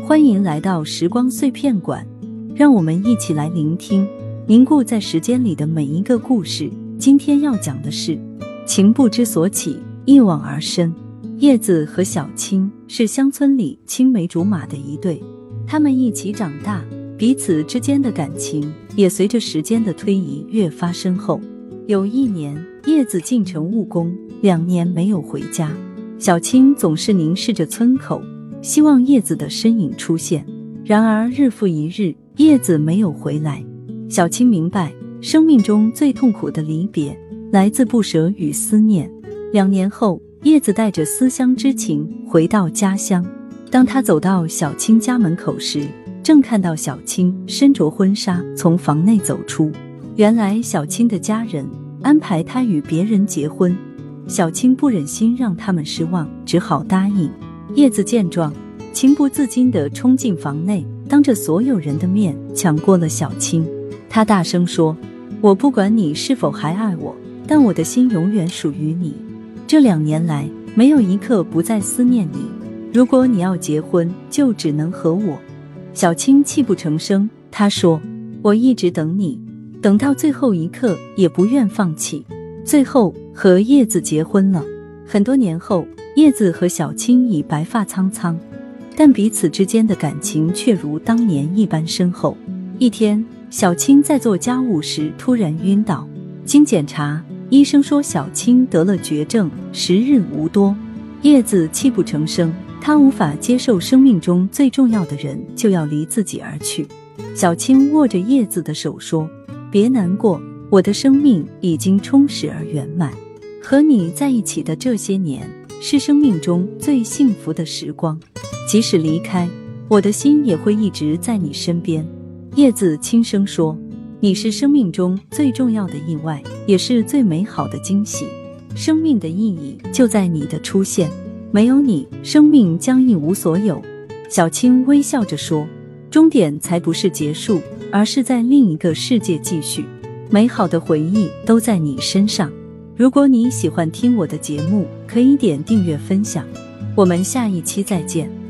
欢迎来到时光碎片馆，让我们一起来聆听凝固在时间里的每一个故事。今天要讲的是情不知所起，一往而深。叶子和小青是乡村里青梅竹马的一对，他们一起长大，彼此之间的感情也随着时间的推移越发深厚。有一年，叶子进城务工，2年没有回家，小青总是凝视着村口，希望叶子的身影出现。然而日复一日，叶子没有回来。小青明白，生命中最痛苦的离别来自不舍与思念。2年后，叶子带着思乡之情回到家乡。当他走到小青家门口时，正看到小青身着婚纱从房内走出。原来小青的家人安排她与别人结婚，小青不忍心让他们失望，只好答应。叶子见状，情不自禁地冲进房内，当着所有人的面抢过了小青。他大声说，我不管你是否还爱我，但我的心永远属于你。这2年来，没有一刻不在思念你。如果你要结婚，就只能和我。小青泣不成声，她说，我一直等你，等到最后一刻也不愿放弃。最后和叶子结婚了。很多年后，叶子和小青已白发苍苍，但彼此之间的感情却如当年一般深厚。一天，小青在做家务时突然晕倒，经检查，医生说小青得了绝症，时日无多。叶子泣不成声，她无法接受生命中最重要的人就要离自己而去。小青握着叶子的手说，别难过，我的生命已经充实而圆满，和你在一起的这些年是生命中最幸福的时光，即使离开，我的心也会一直在你身边。叶子轻声说，你是生命中最重要的意外，也是最美好的惊喜。生命的意义就在你的出现，没有你，生命将一无所有。小青微笑着说，终点才不是结束，而是在另一个世界继续。美好的回忆都在你身上。如果你喜欢听我的节目，可以点订阅分享。我们下一期再见。